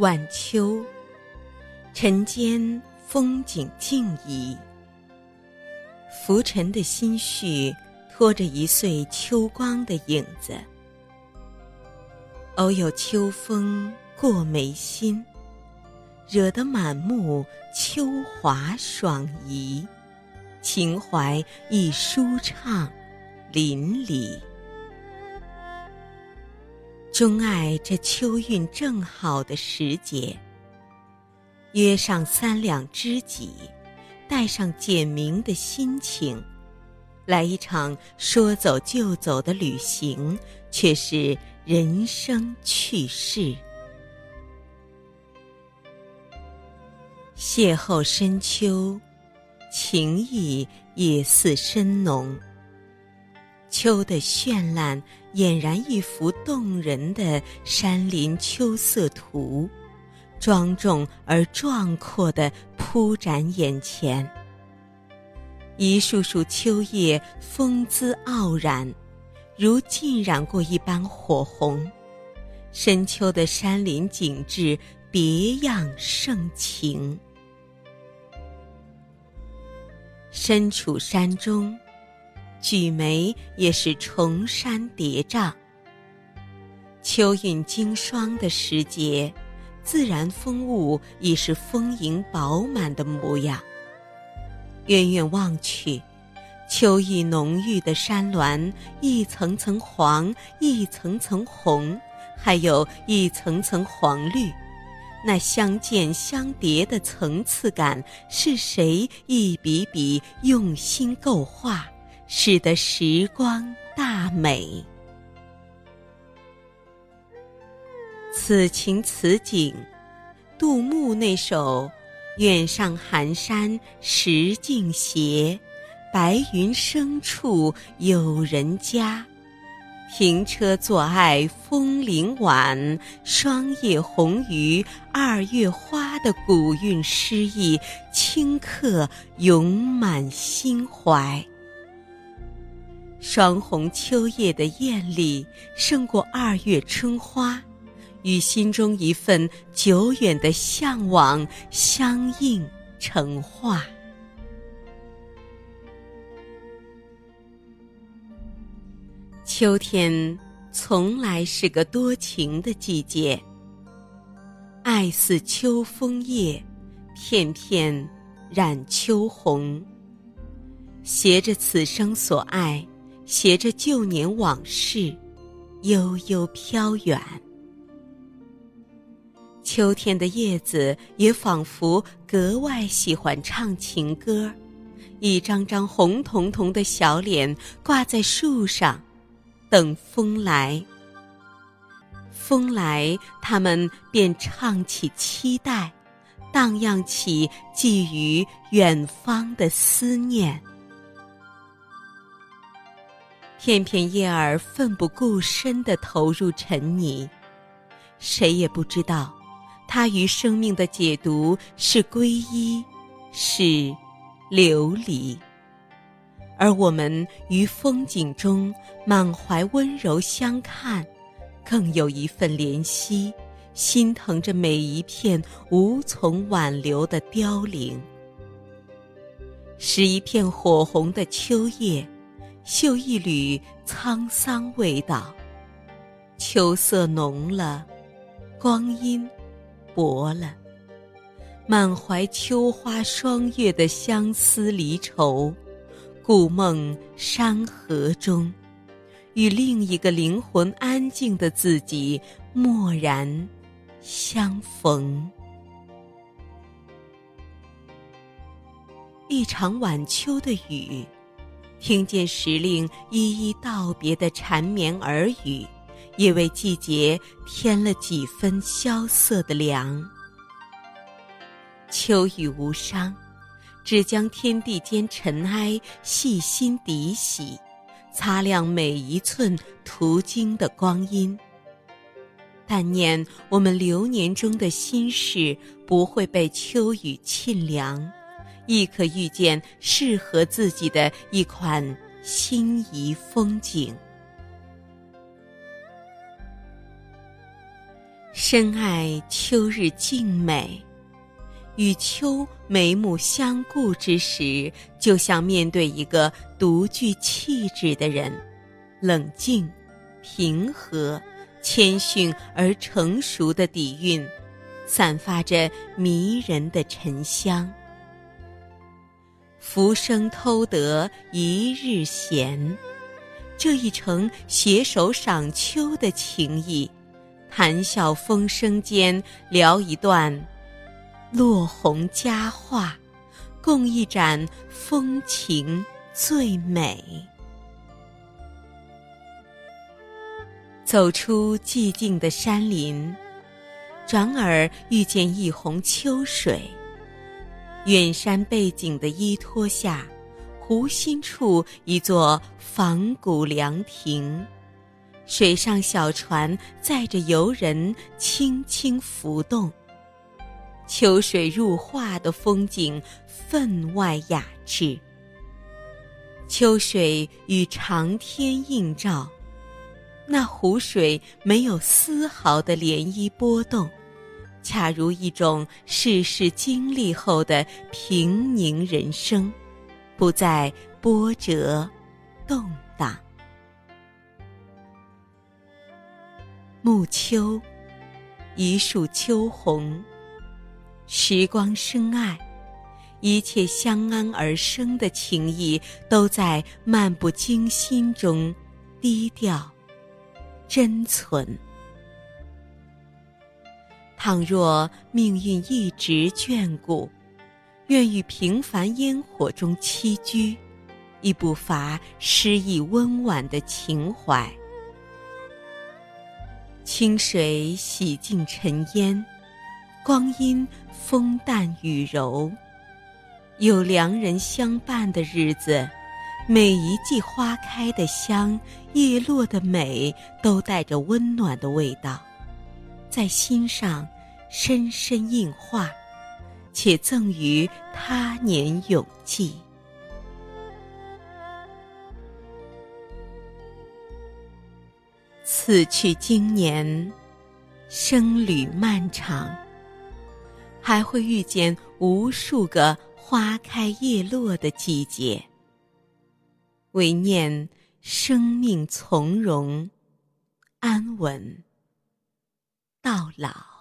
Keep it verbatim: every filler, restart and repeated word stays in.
晚秋，晨间风景静怡，浮沉的心绪拖着一穗秋光的影子，偶有秋风过眉心，惹得满目秋华爽怡，情怀亦舒畅淋漓。钟爱这秋韵正好的时节，约上三两知己，带上简明的心情，来一场说走就走的旅行，却是人生趣事。邂逅深秋，情意也似深浓。秋的绚烂俨然一幅动人的山林秋色图，庄重而壮阔地铺展眼前。一束束秋叶风姿傲然，如浸染过一般火红。深秋的山林景致别样盛情。身处山中，举眉也是重山叠嶂。秋韵经霜的时节，自然风物已是丰盈饱满的模样。远远望去，秋意浓郁的山峦，一层层黄，一层层红，还有一层层黄绿。那相间相叠的层次感，是谁一笔笔用心构画，使得时光大美。此情此景，杜牧那首远上寒山石径斜，白云深处有人家，停车坐爱枫林晚，霜叶红于二月花的古韵诗意，顷刻涌满心怀。霜红秋叶的艳丽胜过二月春花，与心中一份久远的向往相映成画。秋天从来是个多情的季节，爱似秋枫叶，片片染秋红。携着此生所爱，携着旧年往事，悠悠飘远。秋天的叶子也仿佛格外喜欢唱情歌，一张张红彤彤的小脸挂在树上，等风来。风来，他们便唱起期待，荡漾起寄予远方的思念。片片叶儿奋不顾身地投入尘泥，谁也不知道它于生命的解读是皈依，是流离。而我们于风景中满怀温柔相看，更有一份怜惜，心疼着每一片无从挽留的凋零。拾一片火红的秋叶，嗅一缕沧桑味道。秋色浓了，光阴薄了，满怀秋花霜月的相思离愁，故梦山河中，与另一个灵魂安静的自己蓦然相逢。一场晚秋的雨，听见时令一一道别的缠绵耳语，也为季节添了几分萧瑟的凉。秋雨无伤，只将天地间尘埃细心涤洗，擦亮每一寸途经的光阴。但念我们流年中的心事不会被秋雨沁凉，亦可遇见适合自己的一款心仪风景。 深爱秋日静美，与秋眉目相顾之时，就像面对一个独具气质的人，冷静、平和、谦逊而成熟的底蕴，散发着迷人的沉香。浮生偷得一日闲，这一程携手赏秋的情谊，谈笑风生间，聊一段落红佳话，共一盏风情最美。走出寂静的山林，转而遇见一泓秋水。远山背景的依托下，湖心处一座仿古凉亭，水上小船载着游人轻轻浮动，秋水入画的风景分外雅致。秋水与长天映照，那湖水没有丝毫的涟漪波动，恰如一种世事经历后的平宁人生，不再波折动荡。暮秋，一树秋红，时光深爱，一切相安而生的情谊，都在漫不经心中低调珍存。倘若命运一直眷顾，愿与平凡烟火中栖居，亦不乏诗意温婉的情怀。清水洗尽尘烟，光阴风淡雨柔。有良人相伴的日子，每一季花开的香，叶落的美，都带着温暖的味道，在心上深深印画，且赠予他年永记。此去经年，生旅漫长，还会遇见无数个花开叶落的季节，唯念生命从容，安稳到老。